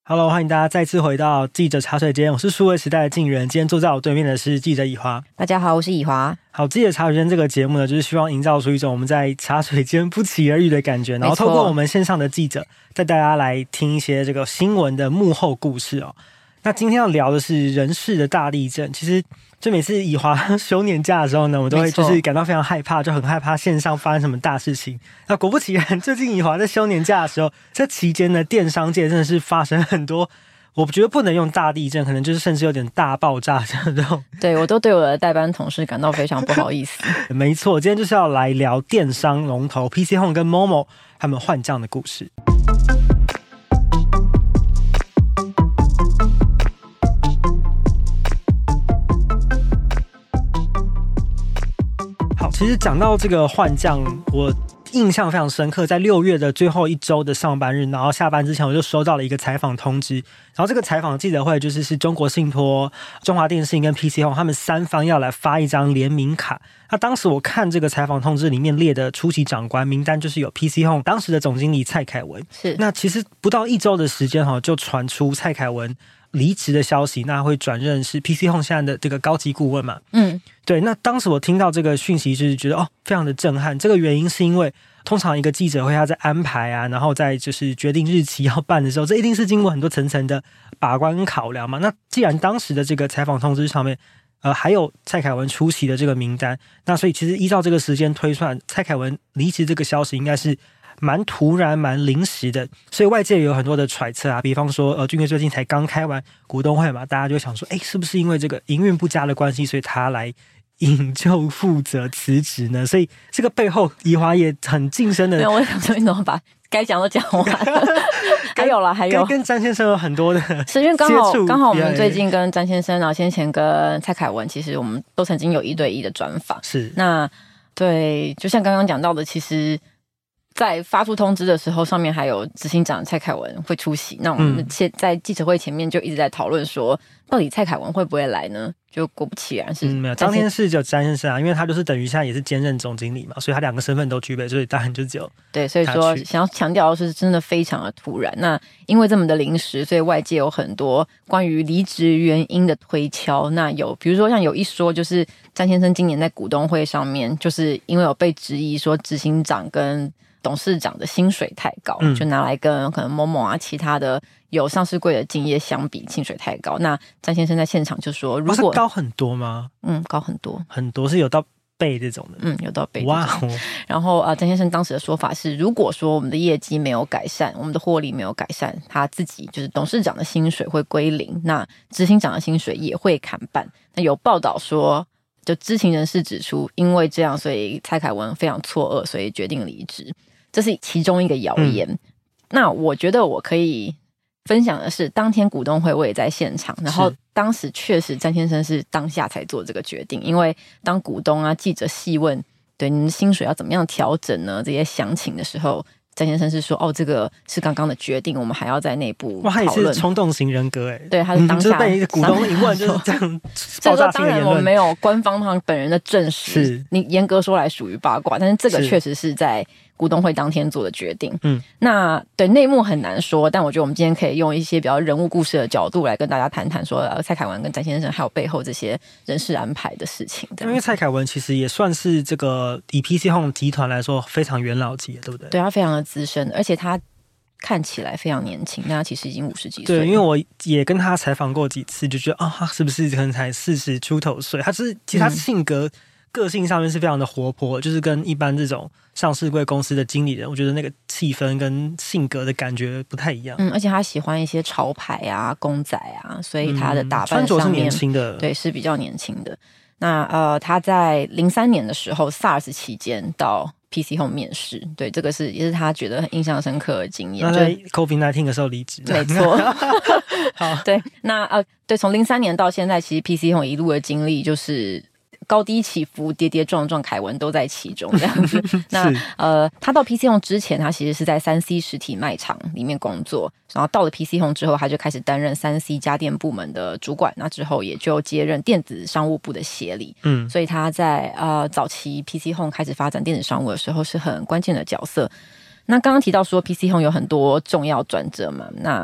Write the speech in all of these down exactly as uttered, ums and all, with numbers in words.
Hello， 欢迎大家再次回到记者茶水间，我是数位时代的静人，今天坐在我对面的是记者以华。 大家好，我是以华。 好，记者茶水间这个节目呢，就是希望营造出一种我们在茶水间不期而遇的感觉，然后透过我们线上的记者带大家来听一些这个新闻的幕后故事哦。那今天要聊的是人事的大地震，其实就每次以华休年假的时候呢，我都会就是感到非常害怕，就很害怕线上发生什么大事情。那果不其然，最近以华在休年假的时候，这期间呢，电商界真的是发生很多，我觉得不能用大地震，可能就是甚至有点大爆炸这种。 对，我都对我的代班同事感到非常不好意思。 没错，今天就是要来聊电商龙头 P C Home 跟 Momo 他们换将的故事。其实讲到这个换将，我印象非常深刻，在六月的最后一周的上班日，然后下班之前我就收到了一个采访通知，然后这个采访记者会就是是中国信托、中华电信跟 P C Home 他们三方要来发一张联名卡。那当时我看这个采访通知里面列的出席长官名单，就是有 P C Home 当时的总经理蔡凯文。 是， 那其实不到一周的时间就传出蔡凯文离职的消息，那会转任是 P C Home 现在的这个高级顾问嘛？嗯，对。那当时我听到这个讯息，就是觉得哦，非常的震撼。这个原因是因为通常一个记者会他在安排啊，然后在就是决定日期要办的时候，这一定是经过很多层层的把关跟考量嘛。那既然当时的这个采访通知上面，呃，还有蔡凯文出席的这个名单，那所以其实依照这个时间推算，蔡凯文离职这个消息应该是蛮突然蛮临时的，所以外界有很多的揣测啊，比方说呃，俊岳最近才刚开完股东会嘛，大家就想说，哎，是不是因为这个营运不佳的关系，所以他来引咎负责辞职呢？所以这个背后以华也很近身的。 没有，我想说你怎么把该讲都讲完了。还有啦，还有跟张先生有很多的是因为刚好刚好我们最近跟张先生，然后先前跟蔡凯文，其实我们都曾经有一对一的专访。 是， 那对，就像刚刚讲到的，其实在发出通知的时候，上面还有执行长蔡凯文会出席。那我们在记者会前面就一直在讨论说，到底蔡凯文会不会来呢？就果不其然是， 嗯，没有。当天是只有詹先生啊，因为他就是等于现在也是兼任总经理嘛，所以他两个身份都具备，所以当然就只有对。所以说，想要强调的是，真的非常的突然。那因为这么的临时，所以外界有很多关于离职原因的推敲。那有比如说像有一说，就是詹先生今年在股东会上面，就是因为有被质疑说执行长跟董事长的薪水太高，就拿来跟可能某某啊其他的有上市柜的竞业相比，薪水太高。那詹先生在现场就说，如果、 哦、是高很多吗？ 嗯，高很多， 很多是有到倍这种的， 嗯，有到倍。 哇、哦！ 然后啊，詹先生当时的说法是，如果说我们的业绩没有改善，我们的获利没有改善，他自己就是董事长的薪水会归零，那执行长的薪水也会砍半。那有报道说，就知情人士指出，因为这样，所以蔡凯文非常错愕，所以决定离职。这是其中一个谣言、嗯、那我觉得我可以分享的是，当天股东会我也在现场，然后当时确实詹先生是当下才做这个决定，因为当股东啊记者细问对你们的薪水要怎么样调整呢这些详情的时候，詹先生是说，哦，这个是刚刚的决定，我们还要在内部讨论。哇，他也是冲动型人格哎。 对，他是当下、 嗯、就是被股东一问就是这样爆炸性的言论。所以说当然我们没有官方他本人的证实， 是你严格说来属于八卦，但是这个确实是在股东会当天做的决定。嗯，那对内幕很难说，但我觉得我们今天可以用一些比较人物故事的角度来跟大家谈谈说，呃，蔡凯文跟詹先生还有背后这些人事安排的事情。 因为蔡凯文其实也算是这个以 P C Home 集团来说非常元老级的，对不对？ 对，他非常的资深，而且他看起来非常年轻，但他其实已经五十几岁。 对，因为我也跟他采访过几次，就觉得啊、哦，他是不是可能才四十出头岁？他是其实他性格、嗯、个性上面是非常的活泼，就是跟一般这种上市柜公司的经理人，我觉得那个气氛跟性格的感觉不太一样。 嗯，而且他喜欢一些潮牌啊、公仔啊，所以他的打扮上面、嗯、 穿着是年轻的， 对，是比较年轻的。那呃，他在零三年的时候 SARS 期间到 P C Home 面试，对，这个是也是他觉得很印象深刻的经验。 那在 COVID 十九 的时候离职， 没错。好，对，那呃，对，从零三年到现在，其实 P C Home 一路的经历就是高低起伏、跌跌撞撞，凯文都在其中这样子。那呃，他到 P C Home 之前，他其实是在三 C 实体卖场里面工作，然后到了 P C Home 之后，他就开始担任三 C 家电部门的主管，那之后也就接任电子商务部的协理。嗯，所以他在呃早期 P C Home 开始发展电子商务的时候，是很关键的角色。那刚刚提到说 P C Home 有很多重要转折嘛，那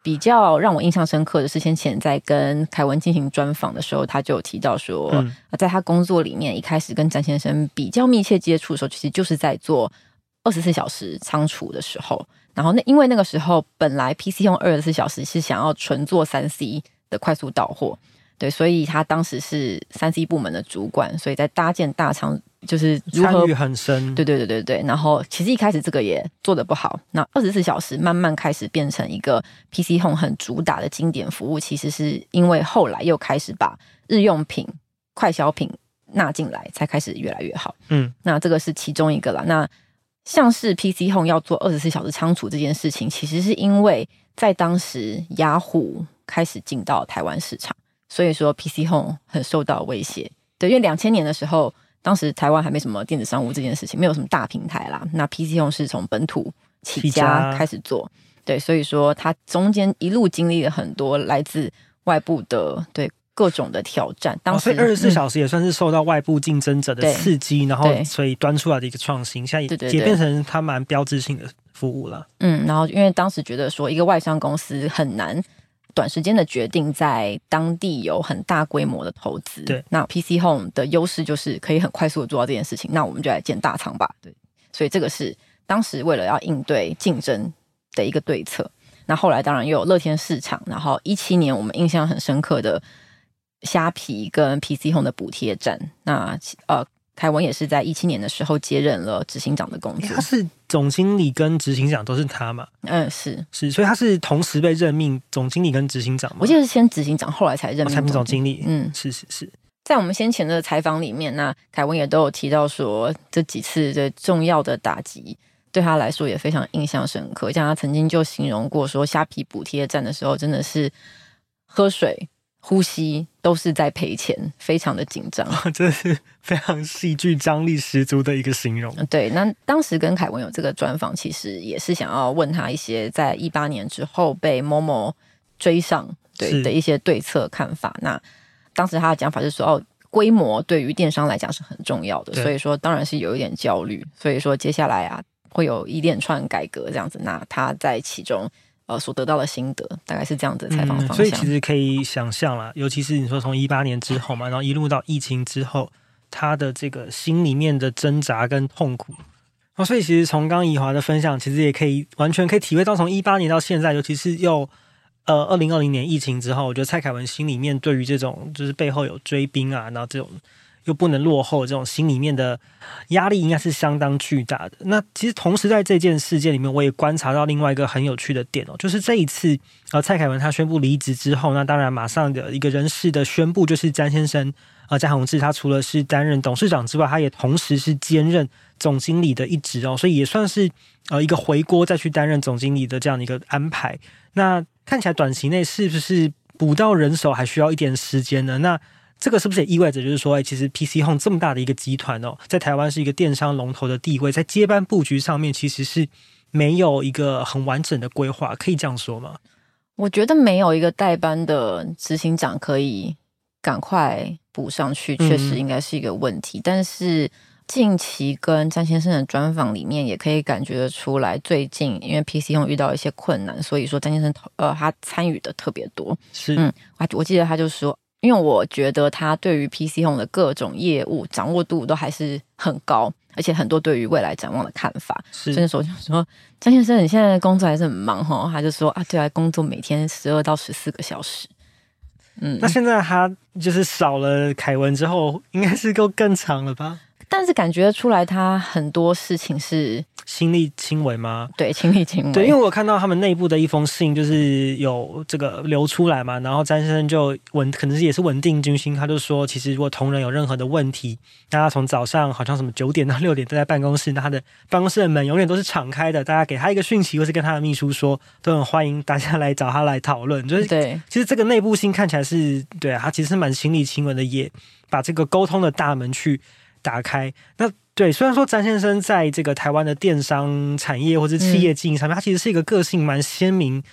比较让我印象深刻的是，先前在跟凯文进行专访的时候，他就有提到说，嗯、在他工作里面一开始跟詹先生比较密切接触的时候，其实就是在做二十四小时仓储的时候。然后那因为那个时候本来 P C 用二十四小时是想要纯做三 C 的快速到货，对，所以他当时是三 C 部门的主管，所以在搭建大仓就是如何参与很深， 对对对对对。然后其实一开始这个也做得不好，那二十四小时慢慢开始变成一个 P C Home 很主打的经典服务，其实是因为后来又开始把日用品、快消品纳进来，才开始越来越好。嗯，那这个是其中一个啦。那像是 P C Home 要做二十四小时仓储这件事情，其实是因为在当时雅虎开始进到台湾市场，所以说 P C Home 很受到威胁。对，因为两千年的时候，当时台湾还没什么电子商务这件事情，没有什么大平台啦。那 P C Home 是从本土起家开始做，对，所以说它中间一路经历了很多来自外部的对各种的挑战。当时、 哦、所以二十四小时也算是受到外部竞争者的刺激，然后所以端出来的一个创新，现在也变成它蛮标志性的服务了。 嗯，然后因为当时觉得说一个外商公司很难短时间的决定在当地有很大规模的投资，对，那 P C Home 的优势就是可以很快速的做到这件事情，那我们就来建大仓吧。对，所以这个是当时为了要应对竞争的一个对策。那后来当然又有乐天市场，然后一七年我们印象很深刻的虾皮跟 P C Home 的补贴战，那呃，凯文也是在一七年的时候接任了执行长的工作。 他是总经理跟执行长都是他嘛？ 嗯，是是，所以他是同时被任命总经理跟执行长吗？ 我记得是先执行长，后来才任命产品总经理。 嗯， 是是是。 在我们先前的采访里面，那凯文也都有提到说，这几次的重要的打击对他来说也非常印象深刻。像他曾经就形容过说，虾皮补贴战的时候，真的是喝水、呼吸都是在赔钱，非常的紧张。 这是非常戏剧张力十足的一个形容。 对，那当时跟凯文有这个专访，其实也是想要问他一些在一八年之后被 Momo 追上对的一些对策看法。那当时他的讲法是说，哦，规模对于电商来讲是很重要的，所以说当然是有一点焦虑。所以说接下来啊会有一连串改革这样子。那他在其中呃，所得到的心得大概是这样的采访方向、嗯、 所以其实可以想象啦，尤其是你说从一八年之后嘛，然后一路到疫情之后，他的这个心里面的挣扎跟痛苦、哦、所以其实从刚宜华的分享，其实也可以完全可以体会到，从一八年到现在，尤其是又呃二零二零年疫情之后，我觉得蔡凯文心里面对于这种就是背后有追兵啊，然后这种又不能落后，这种心里面的压力应该是相当巨大的。那其实同时在这件事件里面，我也观察到另外一个很有趣的点哦，就是这一次呃蔡凯文他宣布离职之后，那当然马上的一个人事的宣布，就是詹先生呃詹宏志，他除了是担任董事长之外，他也同时是兼任总经理的一职哦，所以也算是呃一个回锅再去担任总经理的这样的一个安排。那看起来短期内是不是补到人手还需要一点时间呢？那这个是不是也意味着就是说，哎，其实 P C Home 这么大的一个集团哦，在台湾是一个电商龙头的地位，在接班布局上面其实是没有一个很完整的规划，可以这样说吗？ 我觉得没有一个代班的执行长可以赶快补上去，确实应该是一个问题。嗯、但是近期跟詹先生的专访里面，也可以感觉得出来，最近因为 P C Home 遇到一些困难，所以说詹先生呃他参与的特别多。 是， 嗯，我记得他就说。因为我觉得他对于 P C Home 的各种业务掌握度都还是很高，而且很多对于未来展望的看法。所以那时候就说，张先生你现在的工作还是很忙齁，他就说啊，对啊，工作每天十二到十四个小时。 嗯，那现在他就是少了凯文之后，应该是够更长了吧？ 但是感觉出来他很多事情是亲力亲为吗？ 对，亲力亲为。 对，因为我看到他们内部的一封信，就是有这个流出来嘛，然后詹先生就稳，可能也是稳定军心，他就说，其实如果同仁有任何的问题，那他从早上好像什么九点到六点都在办公室，那他的办公室的门永远都是敞开的，大家给他一个讯息，或是跟他的秘书说，都很欢迎大家来找他来讨论。就是对，其实这个内部信看起来是对啊，他其实是蛮亲力亲为的，也把这个沟通的大门去打开。那对，虽然说詹先生在这个台湾的电商产业或者企业经营上面，他其实是一个个性蛮鲜明、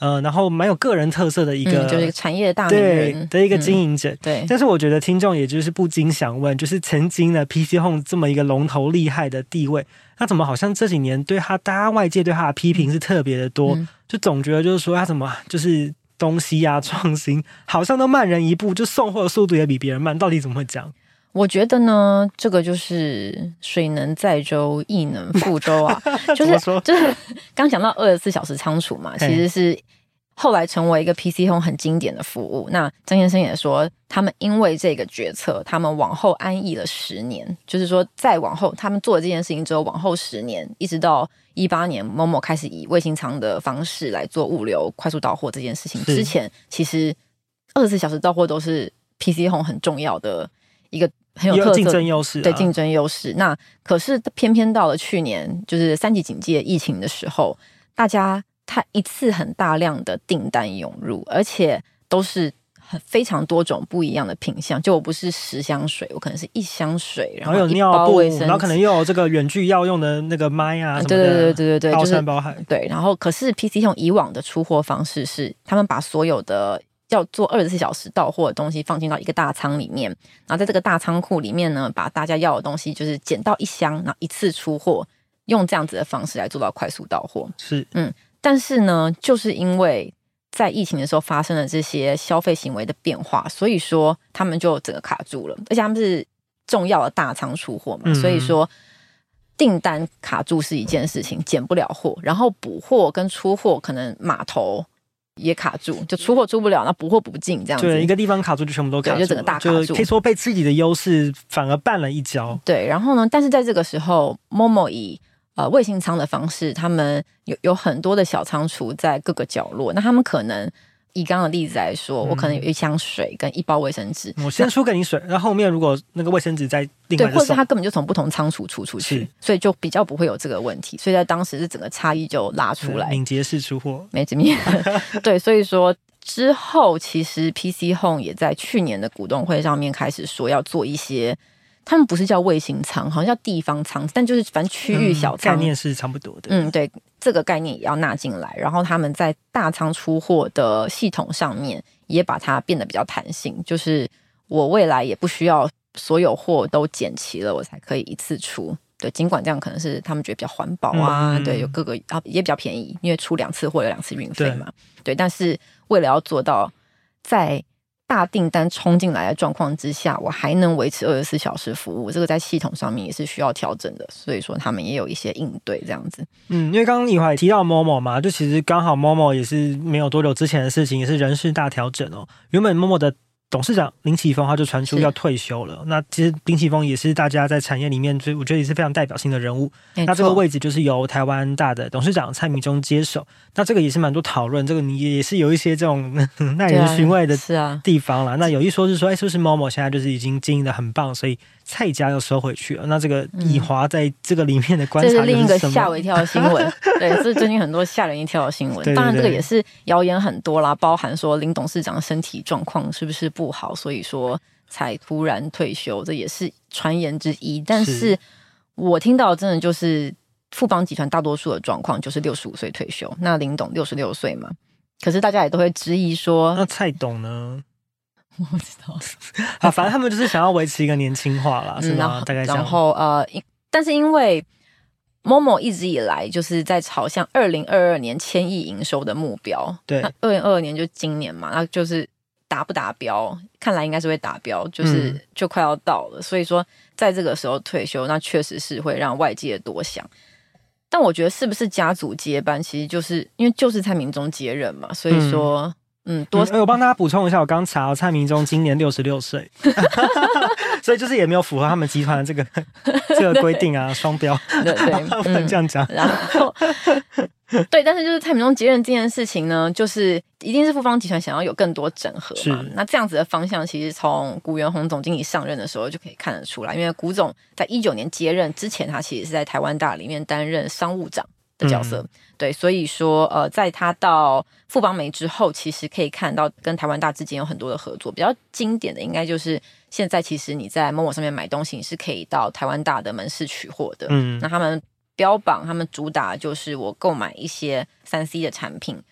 呃，然后蛮有个人特色的一个， 嗯、就是一个产业的大名人的一个经营者、嗯。 对， 但是我觉得听众也就是不禁想问，就是曾经呢 P C Home 这么一个龙头厉害的地位，那怎么好像这几年对他，大家外界对他的批评是特别的多、嗯，就总觉得就是说他怎么就是东西啊创新好像都慢人一步，就送货的速度也比别人慢，到底怎么会这样？ 我觉得呢，这个就是水能载舟，亦能覆舟啊。就是就是刚讲到二十四小时仓储嘛，其实是后来成为一个 P C Home 很经典的服务。那张先生也说，他们因为这个决策，他们往后安逸了十年，就是说再往后，他们做了这件事情之后，往后十年，一直到一八年，Momo 开始以卫星仓的方式来做物流、快速到货这件事情之前，其实二十四小时到货都是 P C Home 很重要的一个。很有特色， 竞争优势、啊， 对竞争优势。那可是偏偏到了去年，就是三级警戒疫情的时候，大家他一次很大量的订单涌入，而且都是很非常多种不一样的品项。就我不是十箱水，我可能是一箱水，然后有尿布，然后可能又有这个远距要用的那个麦啊什么的， 对对对对对对， 包山包海。 对，然后可是 P C 用以往的出货方式是，他们把所有的要做二十四小时到货的东西放进到一个大仓里面，然后在这个大仓库里面呢，把大家要的东西就是捡到一箱，然后一次出货，用这样子的方式来做到快速到货。 是， 嗯，但是呢，就是因为在疫情的时候发生了这些消费行为的变化，所以说他们就整个卡住了，而且他们是重要的大仓出货嘛，嗯、所以说订单卡住是一件事情，捡不了货，然后补货跟出货可能码头也卡住，就出货出不了，那补货补不进，这样子。 对，一个地方卡住就全部都卡住， 就整个大卡住， 就可以说被自己的优势反而绊了一跤。 对，然后呢，但是在这个时候 ，Momo 以呃卫星仓的方式，他们有有很多的小仓储在各个角落，那他们可能以刚刚的例子来说，嗯、我可能有一箱水跟一包卫生纸， 我先出给你水，然后后面如果那个卫生纸再另外对，或者他根本就从不同仓储出出去，所以就比较不会有这个问题。所以在当时是整个差异就拉出来， 敏捷式出货， 没怎么样。对，所以说之后其实 P C Home 也在去年的股东会上面开始说要做一些。他们不是叫卫星仓，好像叫地方仓，但就是反正区域小仓、 嗯、概念是差不多的。 嗯，对，这个概念也要纳进来。然后他们在大仓出货的系统上面也把它变得比较弹性，就是我未来也不需要所有货都捡齐了，我才可以一次出。对，尽管这样可能是他们觉得比较环保啊，嗯、对，有各个啊也比较便宜，因为出两次货有两次运费嘛。对，对，但是为了要做到在大订单冲进来的状况之下，我还能维持二十四小时服务，这个在系统上面也是需要调整的，所以说他们也有一些应对这样子。 嗯，因为刚刚宜华也提到 Momo 嘛，就其实刚好 Momo 也是没有多久之前的事情，也是人事大调整哦。原本 Momo 的董事长林启峰他就传出要退休了，那其实林启峰也是大家在产业里面，我觉得也是非常代表性的人物。那这个位置就是由台湾大的董事长蔡明忠接手，那这个也是蛮多讨论，这个你也是有一些这种耐人寻味的地方啦。啊、那有一说是说，哎，是不是 Momo 现在就是已经经营的很棒，所以蔡家又收回去了？那这个宜华在这个里面的观察、嗯， 这是另一个吓我一跳的新闻。对，这是最近很多吓人一跳的新闻。对对对，当然，这个也是谣言很多啦，包含说林董事长身体状况是不是不好，所以说才突然退休，这也是传言之一。但是我听到真的就是富邦集团大多数的状况就是六十五岁退休，那林董六十六岁嘛，可是大家也都会质疑说， 那蔡董呢？ 我不知道啊，反正他们就是想要维持一个年轻化啦，是吗？大概这样。 然后呃，但是因为 Momo 一直以来就是在朝向二零二二年千亿营收的目标， 对， 那二零二二年就今年嘛，那就是达不达标？看来应该是会达标，就是就快要到了。嗯、所以说，在这个时候退休，那确实是会让外界多想。但我觉得是不是家族接班，其实就是因为就是蔡明忠接任嘛，所以说。嗯嗯，多、 嗯、我帮大家补充一下，我刚查到蔡明忠今年六十六岁，所以就是也没有符合他们集团的这个这个规定啊，双标， 对对， 不能这样讲。 然后对，但是就是蔡明忠接任这件事情呢，就是一定是富邦集团想要有更多整合嘛。那这样子的方向，其实从古元宏总经理上任的时候就可以看得出来，因为古总在一九年接任之前，他其实是在台湾大里面担任商务长的角色。嗯、对，所以说呃，在他到富邦媒之后，其实可以看到跟台湾大之间有很多的合作。比较经典的应该就是现在其实你在 Momo 上面买东西，你是可以到台湾大的门市取货的。嗯，那他们标榜他们主打就是我购买一些 三 C 的产品，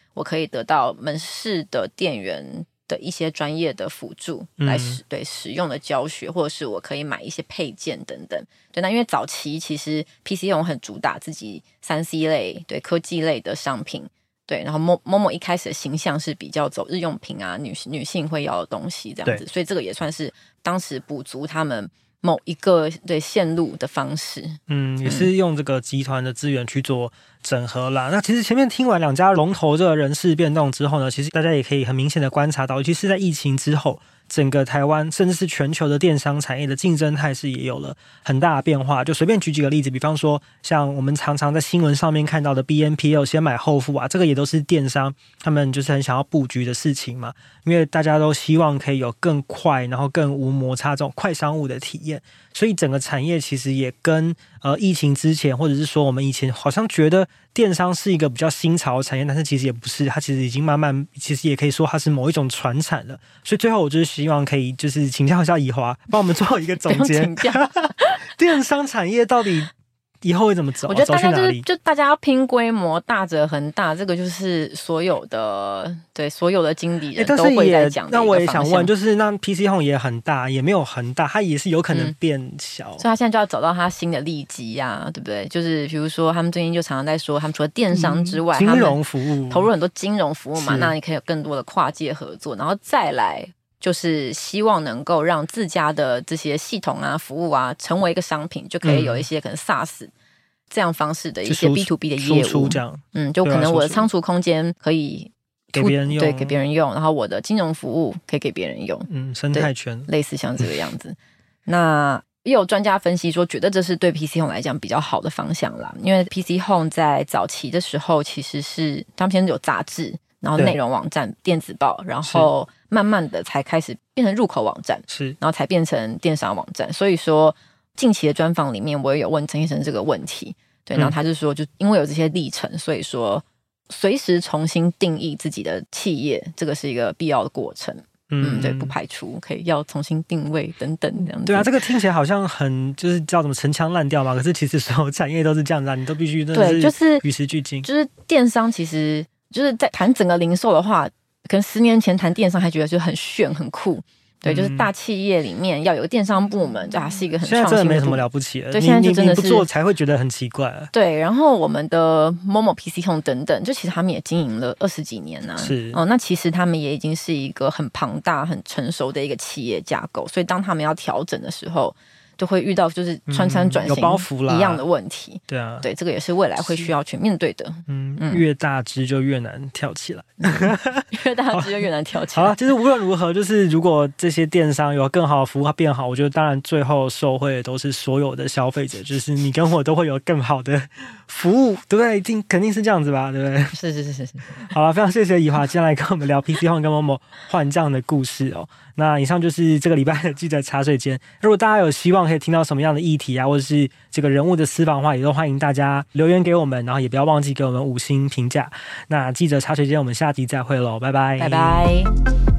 我可以得到门市的店员的一些专业的辅助来使、嗯、对使用的教学，或者是我可以买一些配件等等。对，那因为早期其实 P C 用很主打自己 三 C 类对科技类的商品，对，然后 Momo 一开始的形象是比较走日用品啊，女女性会要的东西这样子，所以这个也算是当时补足他们某一个对线路的方式。 嗯，也是用这个集团的资源去做整合啦。嗯、那其实前面听完两家龙头这个人事变动之后呢，其实大家也可以很明显的观察到，尤其是在疫情之后，整个台湾甚至是全球的电商产业的竞争态势也有了很大的变化。就随便举几个例子，比方说像我们常常在新闻上面看到的 B N P L 先买后付啊，这个也都是电商他们就是很想要布局的事情嘛，因为大家都希望可以有更快然后更无摩擦这种快商务的体验，所以整个产业其实也跟呃疫情之前，或者是说我们以前好像觉得电商是一个比较新潮的产业，但是其实也不是，它其实已经慢慢，其实也可以说它是某一种传产了。所以最后我就是希望可以就是请教一下宜华，帮我们做一个总结。电商产业到底以后会怎么走？ 我觉得大家就是就大家要拼规模，大者恒大，这个就是所有的对所有的经理人都会在讲的一个方向。 那我也想问，就是那 P C Home 也很大，也没有很大，它也是有可能变小， 嗯、所以他现在就要找到他新的利基啊，对不对？就是比如说他们最近就常常在说，他们除了电商之外， 嗯、金融服务投入很多金融服务嘛，那你可以有更多的跨界合作，然后再来。就是希望能够让自家的这些系统啊、服务啊成为一个商品，就可以有一些可能 SaaS 这样方式的一些 B to B 的业务， 这样， 嗯，就可能我的仓储空间可以给别人用， 对，给别人用，然后我的金融服务可以给别人用， 嗯，生态圈类似像这个样子。那也有专家分析说，觉得这是对 P C Home 来讲比较好的方向啦，因为 P C Home 在早期的时候其实是他们先有杂志。然后内容网站、电子报，然后慢慢的才开始变成入口网站， 是， 然后才变成电商网站。所以说，近期的专访里面，我也有问陈先生这个问题，对，然后他就说，就因为有这些历程，所以说随时重新定义自己的企业，这个是一个必要的过程。嗯，对，不排除可以要重新定位等等这样子。 对啊，这个听起来好像很就是叫什么陈腔滥调嘛，可是其实所有产业都是这样子啊，你都必须真的是对，就是与时俱进。 就是电商其实。就是在谈整个零售的话，可能十年前谈电商还觉得就很炫很酷，对，嗯、就是大企业里面要有电商部门，这还是一个很创新的。 现在真的没什么了不起了， 对，现在就真的是你不做才会觉得很奇怪、啊。 对，然后我们的 Momo、P C Home 等等，就其实他们也经营了二十几年呢、啊。 是哦，那其实他们也已经是一个很庞大、很成熟的一个企业架构，所以当他们要调整的时候。就会遇到就是穿山转型有包袱啦一样的问题， 对啊， 对，这个也是未来会需要去面对的。 嗯，嗯越大只就越难跳起来， 越大只就越难跳起来。 好了，就是无论如何，就是如果这些电商有更好的服务，它变好，我觉得当然最后受惠的都是所有的消费者，就是你跟我都会有更好的服务，对不对？一定肯定是这样子吧，对不对？ 是是是是是。 好了，非常谢谢宜华今天来跟我们聊 P C Home 跟 Momo 换账的故事哦。那以上就是这个礼拜的记者茶水间。如果大家有希望可以听到什么样的议题啊，或者是这个人物的私房话，也都欢迎大家留言给我们，然后也不要忘记给我们五星评价。那记者茶水间，我们下集再会喽，拜拜， 拜拜。